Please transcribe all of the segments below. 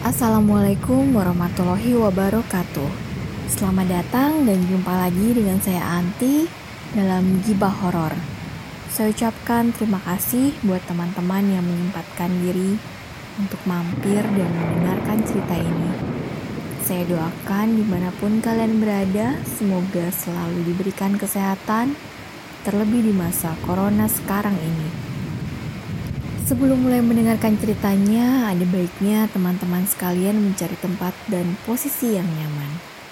Assalamualaikum warahmatullahi wabarakatuh. Selamat datang dan jumpa lagi dengan saya Anti dalam Gibah Horor. Saya ucapkan terima kasih buat teman-teman yang menyempatkan diri untuk mampir dan mendengarkan cerita ini. Saya doakan dimanapun kalian berada, semoga selalu diberikan kesehatan, terlebih di masa corona sekarang ini. Sebelum mulai mendengarkan ceritanya, ada baiknya teman-teman sekalian mencari tempat dan posisi yang nyaman.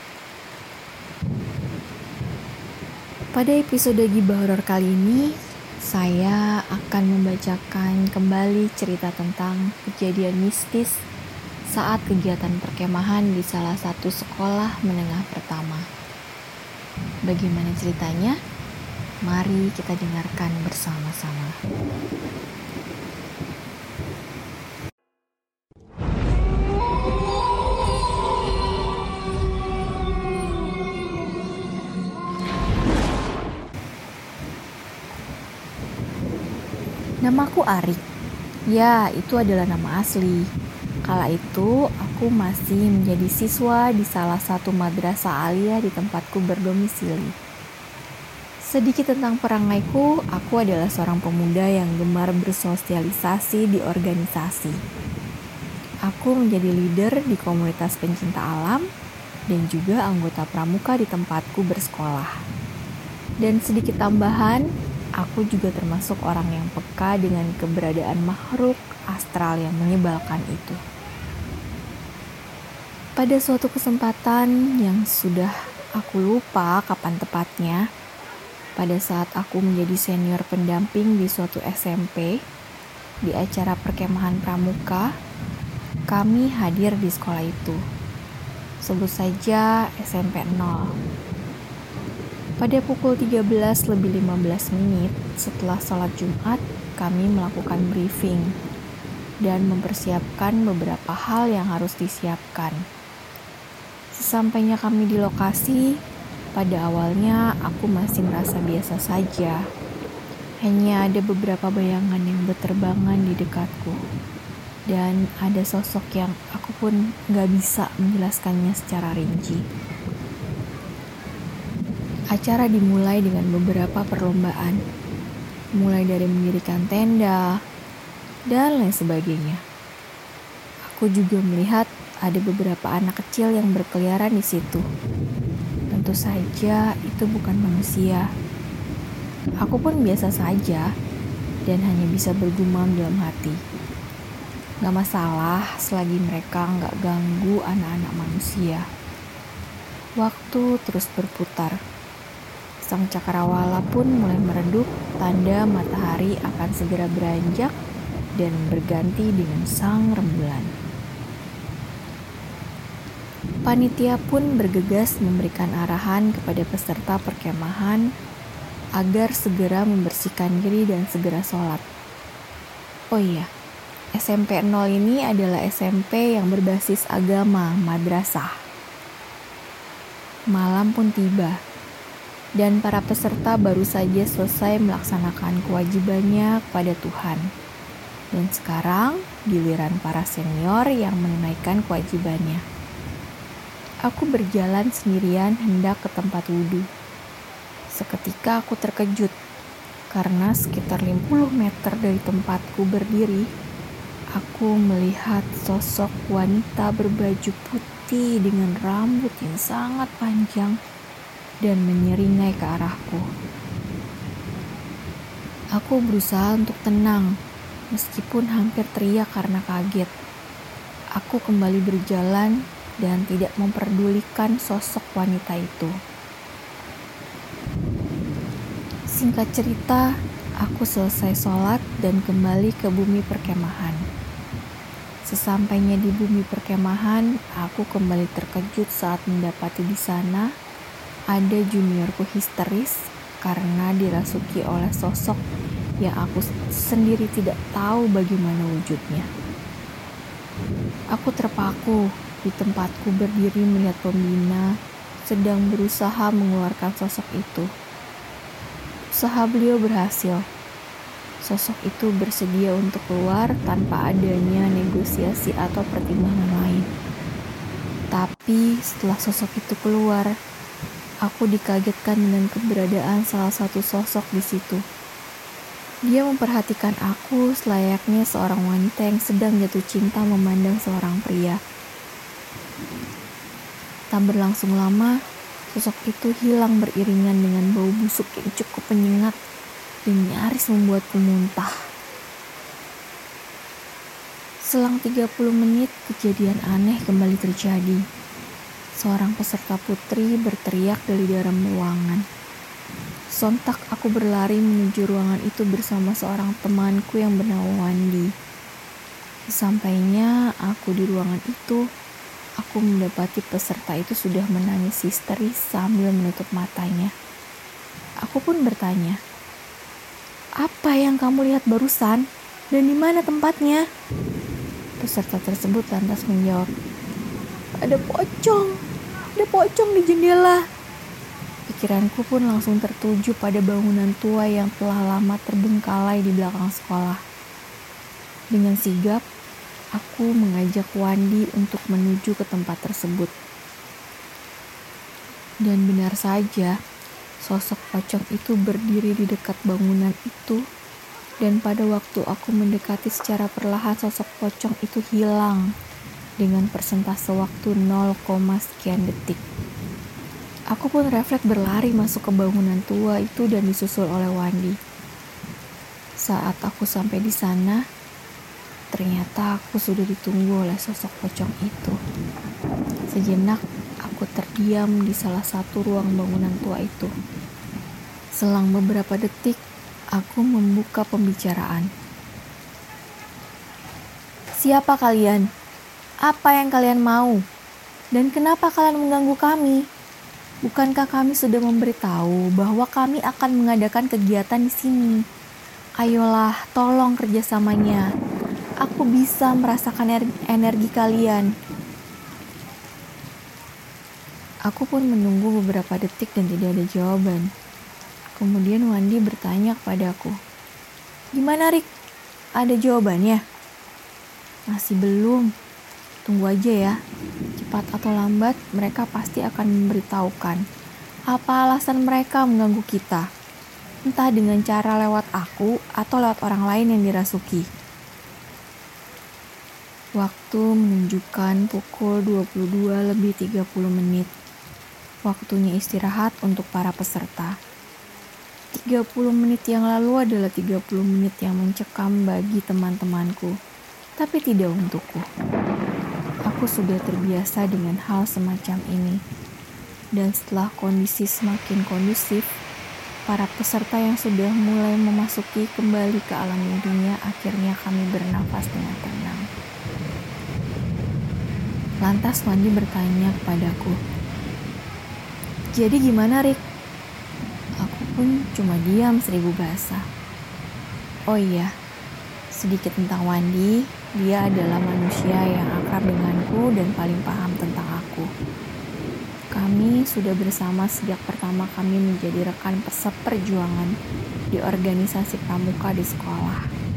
Pada episode Gibah Horor kali ini, saya akan membacakan kembali cerita tentang kejadian mistis saat kegiatan perkemahan di salah satu sekolah menengah pertama. Bagaimana ceritanya? Mari kita dengarkan bersama-sama. Namaku Arik. Ya, itu adalah nama asli. Kala itu, aku masih menjadi siswa di salah satu madrasah aliyah di tempatku berdomisili. Sedikit tentang perangaiku, aku adalah seorang pemuda yang gemar bersosialisasi di organisasi. Aku menjadi leader di komunitas pencinta alam dan juga anggota pramuka di tempatku bersekolah. Dan sedikit tambahan, aku juga termasuk orang yang peka dengan keberadaan makhluk astral yang menyebalkan itu. Pada suatu kesempatan yang sudah aku lupa kapan tepatnya, pada saat aku menjadi senior pendamping di suatu SMP, di acara perkemahan pramuka, kami hadir di sekolah itu. Sebut saja SMP 0. Pada pukul 13:15 setelah sholat Jumat, kami melakukan briefing dan mempersiapkan beberapa hal yang harus disiapkan. Sesampainya kami di lokasi, pada awalnya aku masih merasa biasa saja. Hanya ada beberapa bayangan yang berterbangan di dekatku. Dan ada sosok yang aku pun gak bisa menjelaskannya secara rinci. Acara dimulai dengan beberapa perlombaan, mulai dari mendirikan tenda, dan lain sebagainya. Aku juga melihat ada beberapa anak kecil yang berkeliaran di situ. Tentu saja itu bukan manusia. Aku pun biasa saja, dan hanya bisa bergumam dalam hati. Gak masalah selagi mereka gak ganggu anak-anak manusia. Waktu terus berputar. Sang cakrawala pun mulai meredup, tanda matahari akan segera beranjak dan berganti dengan sang rembulan. Panitia pun bergegas memberikan arahan kepada peserta perkemahan agar segera membersihkan diri dan segera sholat. Oh iya, SMP 0 ini adalah SMP yang berbasis agama, madrasah. Malam pun tiba. Dan para peserta baru saja selesai melaksanakan kewajibannya kepada Tuhan. Dan sekarang giliran para senior yang menunaikan kewajibannya. Aku berjalan sendirian hendak ke tempat wudhu. Seketika aku terkejut karena sekitar 50 meter dari tempatku berdiri, aku melihat sosok wanita berbaju putih dengan rambut yang sangat panjang dan menyeringai ke arahku. Aku berusaha untuk tenang, meskipun hampir teriak karena kaget. Aku kembali berjalan dan tidak memperdulikan sosok wanita itu. Singkat cerita, aku selesai sholat dan kembali ke bumi perkemahan. Sesampainya di bumi perkemahan, aku kembali terkejut saat mendapati di sana ada juniorku histeris karena dirasuki oleh sosok yang aku sendiri tidak tahu bagaimana wujudnya. Aku terpaku di tempatku berdiri melihat pembina sedang berusaha mengeluarkan sosok itu. Usaha beliau berhasil. Sosok itu bersedia untuk keluar tanpa adanya negosiasi atau pertimbangan lain. Tapi setelah sosok itu keluar, aku dikagetkan dengan keberadaan salah satu sosok di situ. Dia memperhatikan aku selayaknya seorang wanita yang sedang jatuh cinta memandang seorang pria. Tak berlangsung lama, sosok itu hilang beriringan dengan bau busuk yang cukup menyengat dan nyaris membuatku muntah. Selang 30 menit, kejadian aneh kembali terjadi. Seorang peserta putri berteriak dari dalam ruangan. Sontak aku berlari menuju ruangan itu bersama seorang temanku yang bernama Wandi. Sesampainya aku di ruangan itu, aku mendapati peserta itu sudah menangis histeris sambil menutup matanya. Aku pun bertanya, "Apa yang kamu lihat barusan? Dan di mana tempatnya?" Peserta tersebut lantas menjawab, Ada pocong di jendela." Pikiranku pun langsung tertuju pada bangunan tua yang telah lama terbengkalai di belakang sekolah. Dengan sigap, aku mengajak Wandi untuk menuju ke tempat tersebut. Dan benar saja, sosok pocong itu berdiri di dekat bangunan itu, dan pada waktu aku mendekati secara perlahan, sosok pocong itu hilang dengan persentase waktu 0, sekian detik. Aku pun refleks berlari masuk ke bangunan tua itu dan disusul oleh Wandi. Saat aku sampai di sana, ternyata aku sudah ditunggu oleh sosok pocong itu. Sejenak, aku terdiam di salah satu ruang bangunan tua itu. Selang beberapa detik, aku membuka pembicaraan. "Siapa kalian? Apa yang kalian mau? Dan kenapa kalian mengganggu kami? Bukankah kami sudah memberitahu bahwa kami akan mengadakan kegiatan di sini? Ayolah, tolong kerjasamanya. Aku bisa merasakan energi kalian." Aku pun menunggu beberapa detik dan tidak ada jawaban. Kemudian Wandi bertanya kepadaku, "Gimana, Rik? Ada jawabannya?" "Masih belum. Tunggu aja ya. Cepat atau lambat, mereka pasti akan memberitahukan apa alasan mereka mengganggu kita. Entah dengan cara lewat aku atau lewat orang lain yang dirasuki." Waktu menunjukkan pukul 22:30. Waktunya istirahat untuk para peserta. 30 menit yang lalu adalah 30 menit yang mencekam bagi teman-temanku, tapi tidak untukku. Aku sudah terbiasa dengan hal semacam ini. Dan setelah kondisi semakin kondusif, para peserta yang sudah mulai memasuki kembali ke alam mimpinya, akhirnya kami bernafas dengan tenang. Lantas Wandi bertanya kepadaku, "Jadi gimana, Rik?" Aku pun cuma diam 1000 bahasa. Oh iya, sedikit tentang Wandi. Dia adalah manusia yang akrab denganku dan paling paham tentang aku. Kami sudah bersama sejak pertama kami menjadi rekan seperjuangan di organisasi pramuka di sekolah.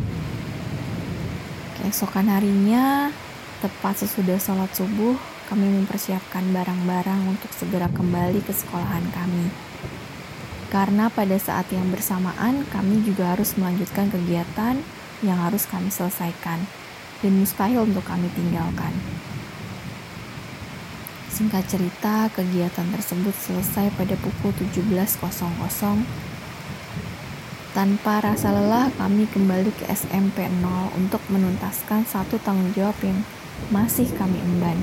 Keesokan harinya, tepat sesudah sholat subuh, kami mempersiapkan barang-barang untuk segera kembali ke sekolahan kami. Karena pada saat yang bersamaan, kami juga harus melanjutkan kegiatan yang harus kami selesaikan dan mustahil untuk kami tinggalkan. Singkat cerita, kegiatan tersebut selesai pada pukul 17.00. Tanpa rasa lelah, kami kembali ke SMP 0 untuk menuntaskan satu tanggung jawab yang masih kami emban.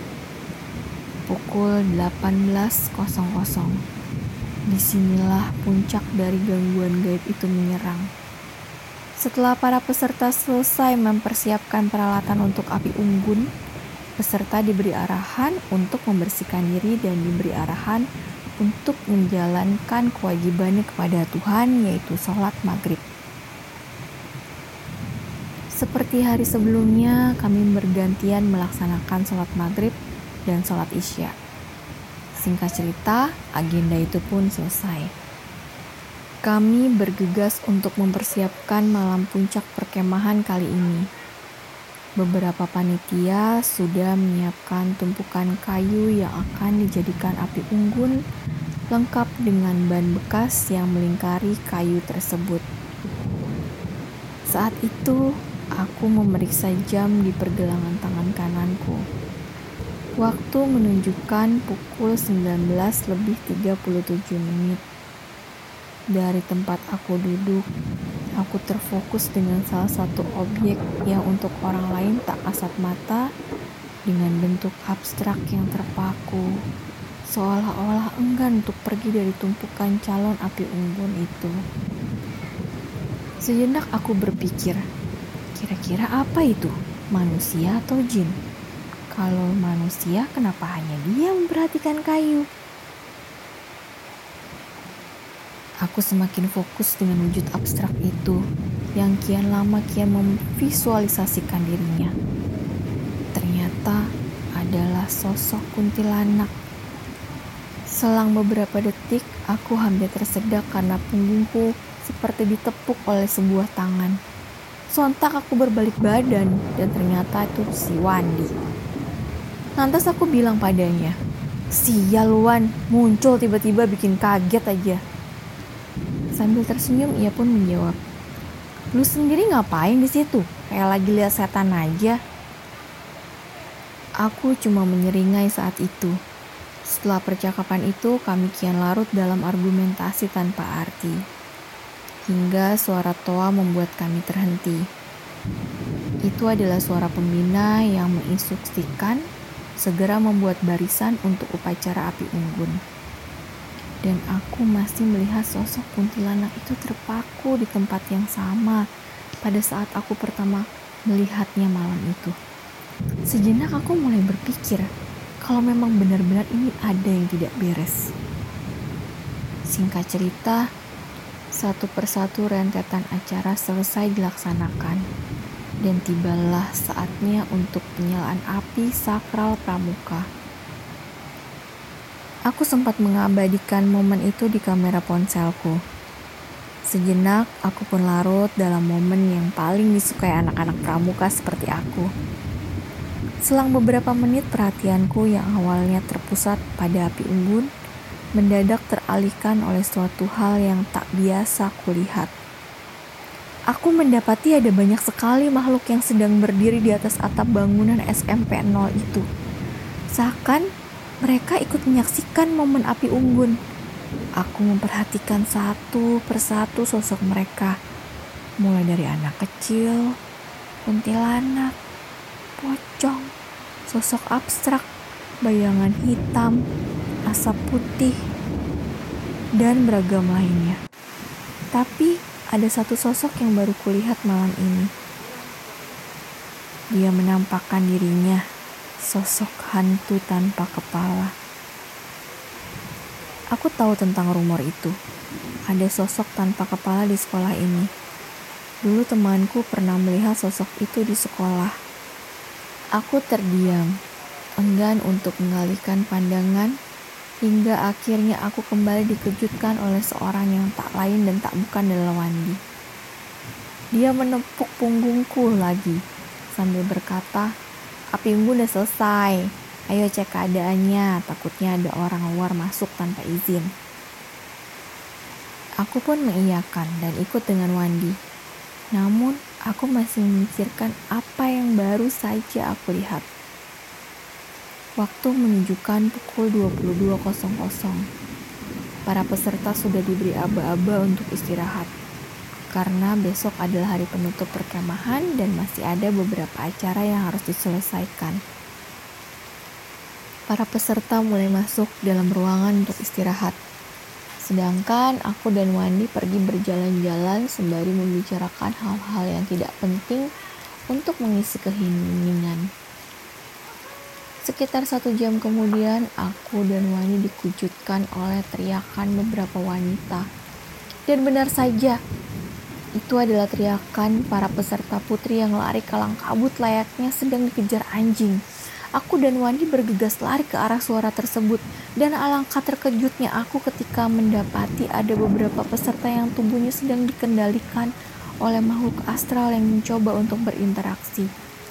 Pukul 18.00. Disinilah puncak dari gangguan gaib itu menyerang. Setelah para peserta selesai mempersiapkan peralatan untuk api unggun, peserta diberi arahan untuk membersihkan diri dan diberi arahan untuk menjalankan kewajibannya kepada Tuhan, yaitu sholat maghrib. Seperti hari sebelumnya, kami bergantian melaksanakan sholat maghrib dan sholat isya. Singkat cerita, agenda itu pun selesai. Kami bergegas untuk mempersiapkan malam puncak perkemahan kali ini. Beberapa panitia sudah menyiapkan tumpukan kayu yang akan dijadikan api unggun, lengkap dengan ban bekas yang melingkari kayu tersebut. Saat itu, aku memeriksa jam di pergelangan tangan kananku. Waktu menunjukkan pukul 19:37. Dari tempat aku duduk, aku terfokus dengan salah satu objek yang untuk orang lain tak kasat mata, dengan bentuk abstrak yang terpaku, seolah-olah enggan untuk pergi dari tumpukan calon api unggun itu. Sejenak aku berpikir, kira-kira apa itu? Manusia atau jin? Kalau manusia, kenapa hanya dia memperhatikan kayu? Aku semakin fokus dengan wujud abstrak itu yang kian lama kian memvisualisasikan dirinya. Ternyata adalah sosok kuntilanak. Selang beberapa detik, aku hampir tersedak karena punggungku seperti ditepuk oleh sebuah tangan. Sontak aku berbalik badan dan ternyata itu si Wandi. Lantas aku bilang padanya, "Sial Wan, muncul tiba-tiba bikin kaget aja." Sambil tersenyum, ia pun menjawab, "Lu sendiri ngapain di situ? Kayak lagi lihat setan aja." Aku cuma menyeringai saat itu. Setelah percakapan itu, kami kian larut dalam argumentasi tanpa arti. Hingga suara toa membuat kami terhenti. Itu adalah suara pembina yang menginstruksikan segera membuat barisan untuk upacara api unggun. Dan aku masih melihat sosok kuntilanak itu terpaku di tempat yang sama pada saat aku pertama melihatnya malam itu. Sejenak aku mulai berpikir kalau memang benar-benar ini ada yang tidak beres. Singkat cerita, satu persatu rentetan acara selesai dilaksanakan dan tibalah saatnya untuk penyalaan api sakral pramuka. Aku sempat mengabadikan momen itu di kamera ponselku. Sejenak, aku pun larut dalam momen yang paling disukai anak-anak pramuka seperti aku. Selang beberapa menit, perhatianku yang awalnya terpusat pada api unggun, mendadak teralihkan oleh suatu hal yang tak biasa kulihat. Aku mendapati ada banyak sekali makhluk yang sedang berdiri di atas atap bangunan SMP 0 itu. Seakan mereka ikut menyaksikan momen api unggun. Aku memperhatikan satu persatu sosok mereka, mulai dari anak kecil, kuntilanak, pocong, sosok abstrak, bayangan hitam, asap putih, dan beragam lainnya. Tapi ada satu sosok yang baru kulihat malam ini. Dia menampakkan dirinya, sosok hantu tanpa kepala. Aku tahu tentang rumor itu. Ada sosok tanpa kepala di sekolah ini. Dulu temanku pernah melihat sosok itu di sekolah. Aku terdiam, enggan untuk mengalihkan pandangan, hingga akhirnya aku kembali dikejutkan oleh seorang yang tak lain dan tak bukan adalah Wandi. Dia menepuk punggungku lagi, sambil berkata, "Api unggun udah selesai. Ayo cek keadaannya, takutnya ada orang luar masuk tanpa izin." Aku pun mengiyakan dan ikut dengan Wandi. Namun, aku masih memikirkan apa yang baru saja aku lihat. Waktu menunjukkan pukul 22.00. Para peserta sudah diberi aba-aba untuk istirahat. Karena besok adalah hari penutup perkemahan dan masih ada beberapa acara yang harus diselesaikan. Para peserta mulai masuk dalam ruangan untuk istirahat. Sedangkan aku dan Wandi pergi berjalan-jalan sembari membicarakan hal-hal yang tidak penting untuk mengisi keheningan. Sekitar 1 jam kemudian, aku dan Wandi dikejutkan oleh teriakan beberapa wanita. Dan benar saja, itu adalah teriakan para peserta putri yang lari kalang kabut layaknya sedang dikejar anjing. Aku dan Wandi bergegas lari ke arah suara tersebut, dan alangkah terkejutnya aku ketika mendapati ada beberapa peserta yang tubuhnya sedang dikendalikan oleh makhluk astral yang mencoba untuk berinteraksi.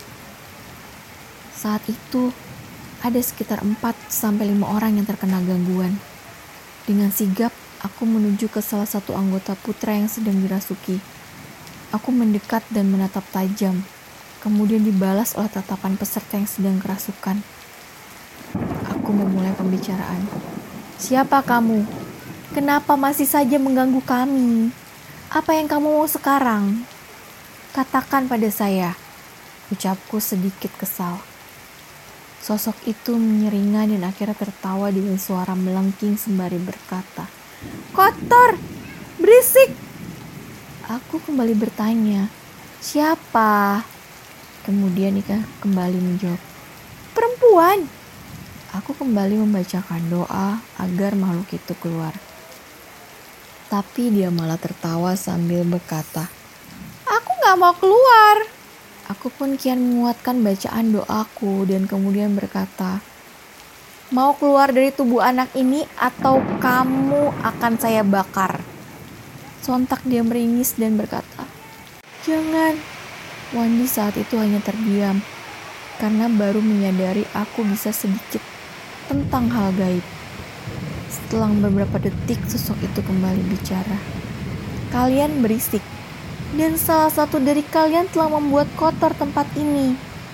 Saat itu, ada sekitar 4-5 orang yang terkena gangguan. Dengan sigap, aku menuju ke salah satu anggota putra yang sedang dirasuki. Aku mendekat dan menatap tajam, kemudian dibalas oleh tatapan peserta yang sedang kerasukan. Aku memulai pembicaraan. "Siapa kamu? Kenapa masih saja mengganggu kami? Apa yang kamu mau sekarang? Katakan pada saya," ucapku sedikit kesal. Sosok itu menyeringai dan akhirnya tertawa dengan suara melengking sembari berkata, "Kotor! Berisik!" Aku kembali bertanya, "Siapa?" Kemudian Ika kembali menjawab, "Perempuan." Aku kembali membacakan doa agar makhluk itu keluar. Tapi dia malah tertawa sambil berkata, "Aku gak mau keluar." Aku pun kian menguatkan bacaan doaku dan kemudian berkata, "Mau keluar dari tubuh anak ini atau kamu akan saya bakar." Sontak dia meringis dan berkata, "Jangan." Wandi saat itu hanya terdiam, karena baru menyadari aku bisa sedikit tentang hal gaib. Setelah beberapa detik, sosok itu kembali bicara. "Kalian berisik, dan salah satu dari kalian telah membuat kotor tempat ini."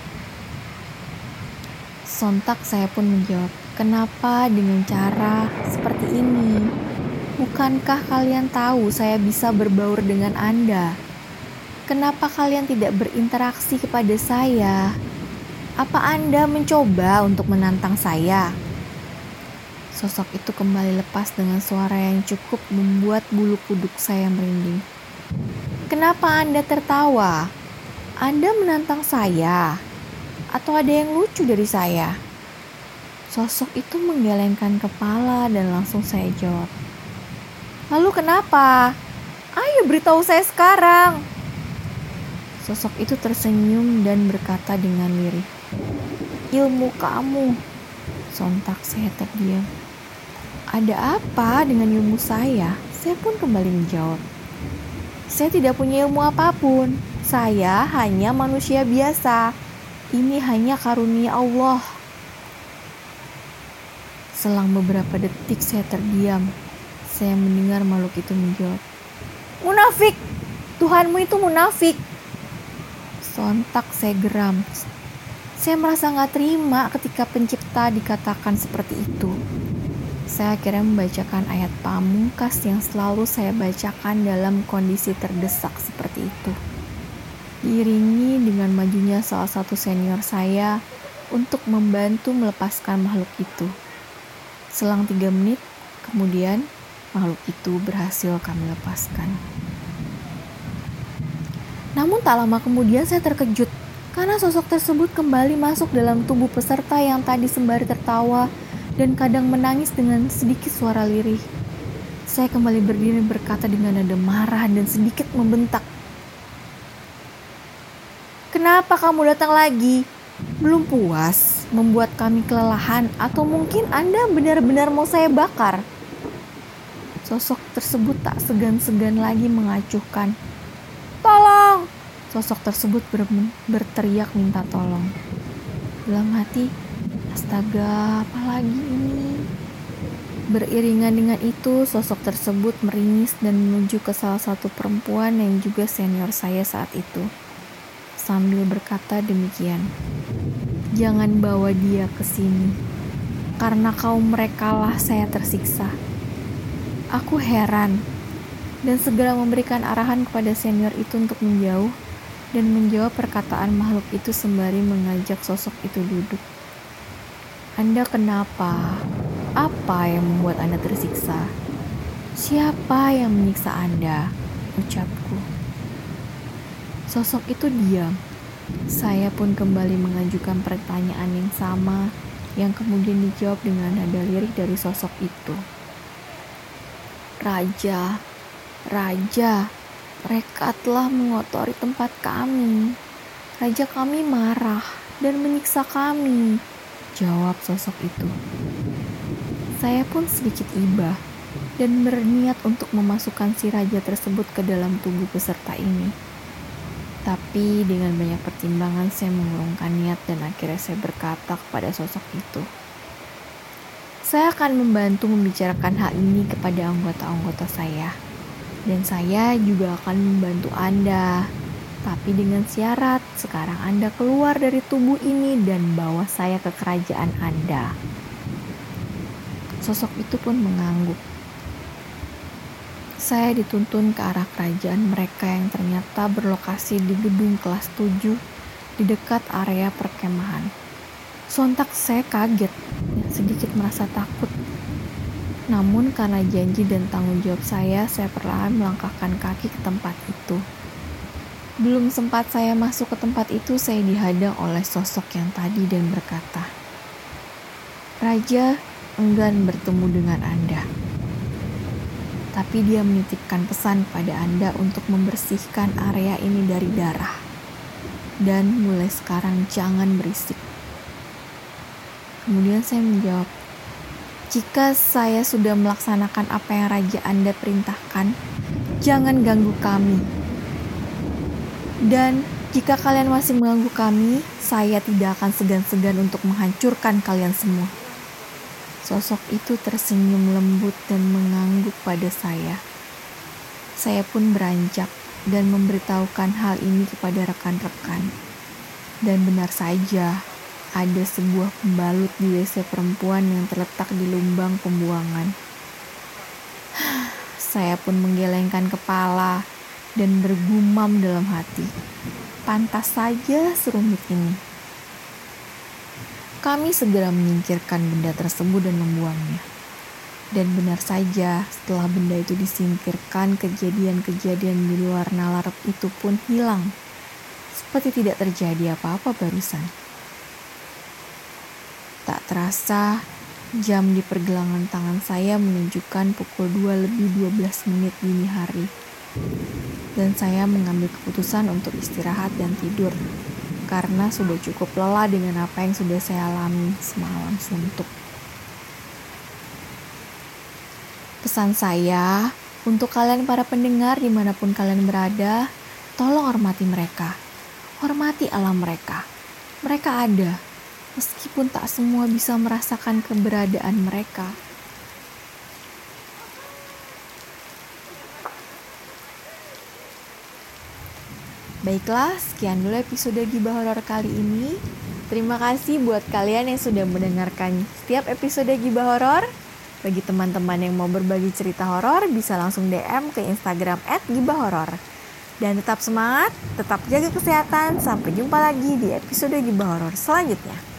Sontak saya pun menjawab, "Kenapa dengan cara seperti ini? Bukankah kalian tahu saya bisa berbaur dengan Anda? Kenapa kalian tidak berinteraksi kepada saya? Apa Anda mencoba untuk menantang saya?" Sosok itu kembali lepas dengan suara yang cukup membuat bulu kuduk saya merinding. "Kenapa Anda tertawa? Anda menantang saya? Atau ada yang lucu dari saya?" Sosok itu menggelengkan kepala dan langsung saya jawab, "Lalu kenapa? Ayo beritahu saya sekarang." Sosok itu tersenyum dan berkata dengan lirih, "Ilmu kamu." Sontak saya terdiam. "Ada apa dengan ilmu saya?" Saya pun kembali menjawab, "Saya tidak punya ilmu apapun. Saya hanya manusia biasa. Ini hanya karunia Allah." Selang beberapa detik saya terdiam. Saya mendengar makhluk itu menjawab, "Munafik! Tuhanmu itu munafik." Sontak saya geram. Saya merasa gak terima ketika pencipta dikatakan seperti itu. Saya akhirnya membacakan ayat pamungkas yang selalu saya bacakan dalam kondisi terdesak seperti itu. Diiringi dengan majunya salah satu senior saya untuk membantu melepaskan makhluk itu. Selang 3 menit kemudian, makhluk itu berhasil kami lepaskan. Namun tak lama kemudian saya terkejut karena sosok tersebut kembali masuk dalam tubuh peserta yang tadi sembari tertawa dan kadang menangis dengan sedikit suara lirih. Saya kembali berdiri berkata dengan nada marah dan sedikit membentak, "Kenapa kamu datang lagi? Belum puas membuat kami kelelahan atau mungkin Anda benar-benar mau saya bakar?" Sosok tersebut tak segan-segan lagi mengacuhkan, "Tolong!" Sosok tersebut berteriak minta tolong. Dalam hati, astaga, apa lagi ini? Beriringan dengan itu, sosok tersebut meringis dan menuju ke salah satu perempuan yang juga senior saya saat itu. Sambil berkata demikian, "Jangan bawa dia ke sini, karena kaum merekalah saya tersiksa." Aku heran dan segera memberikan arahan kepada senior itu untuk menjauh dan menjawab perkataan makhluk itu sembari mengajak sosok itu duduk. "Anda kenapa? Apa yang membuat Anda tersiksa? Siapa yang menyiksa Anda?" ucapku. Sosok itu diam. Saya pun kembali mengajukan pertanyaan yang sama yang kemudian dijawab dengan nada lirih dari sosok itu. "Raja, Raja, mereka telah mengotori tempat kami. Raja kami marah dan menyiksa kami. Jawab sosok itu. Saya pun sedikit iba dan berniat untuk memasukkan si raja tersebut ke dalam tubuh peserta ini. Tapi dengan banyak pertimbangan saya mengurungkan niat dan akhirnya saya berkata kepada sosok itu, saya akan membantu membicarakan hal ini kepada anggota-anggota saya. Dan saya juga akan membantu Anda. Tapi dengan syarat, sekarang Anda keluar dari tubuh ini dan bawa saya ke kerajaan Anda. Sosok itu pun mengangguk. Saya dituntun ke arah kerajaan mereka yang ternyata berlokasi di gedung kelas 7 di dekat area perkemahan. Sontak saya kaget dan sedikit merasa takut. Namun karena janji dan tanggung jawab saya perlahan melangkahkan kaki ke tempat itu. Belum sempat saya masuk ke tempat itu, saya dihadang oleh sosok yang tadi dan berkata, Raja enggan bertemu dengan Anda. Tapi dia menitipkan pesan pada Anda untuk membersihkan area ini dari darah. Dan mulai sekarang jangan berisik. Kemudian saya menjawab, jika saya sudah melaksanakan apa yang Raja Anda perintahkan, jangan ganggu kami. Dan jika kalian masih mengganggu kami, saya tidak akan segan-segan untuk menghancurkan kalian semua. Sosok itu tersenyum lembut dan mengangguk pada saya. Saya pun beranjak dan memberitahukan hal ini kepada rekan-rekan. Dan benar saja, ada sebuah pembalut di WC perempuan yang terletak di lubang pembuangan. Saya pun menggelengkan kepala dan bergumam dalam hati. Pantas saja serumit ini. Kami segera menyingkirkan benda tersebut dan membuangnya. Dan benar saja, setelah benda itu disingkirkan, kejadian-kejadian di luar nalar itu pun hilang. Seperti tidak terjadi apa-apa barusan. Tak terasa, jam di pergelangan tangan saya menunjukkan pukul 2:12 dini hari. Dan saya mengambil keputusan untuk istirahat dan tidur. Karena sudah cukup lelah dengan apa yang sudah saya alami semalam suntuk. Pesan saya untuk kalian para pendengar dimanapun kalian berada, tolong hormati mereka. Hormati alam mereka. Mereka ada, meskipun tak semua bisa merasakan keberadaan mereka. Baiklah, sekian dulu episode Gibah Horor kali ini. Terima kasih buat kalian yang sudah mendengarkan setiap episode Gibah Horor. Bagi teman-teman yang mau berbagi cerita horor, bisa langsung DM ke Instagram @gibahhoror. Dan tetap semangat, tetap jaga kesehatan. Sampai jumpa lagi di episode Gibah Horor selanjutnya.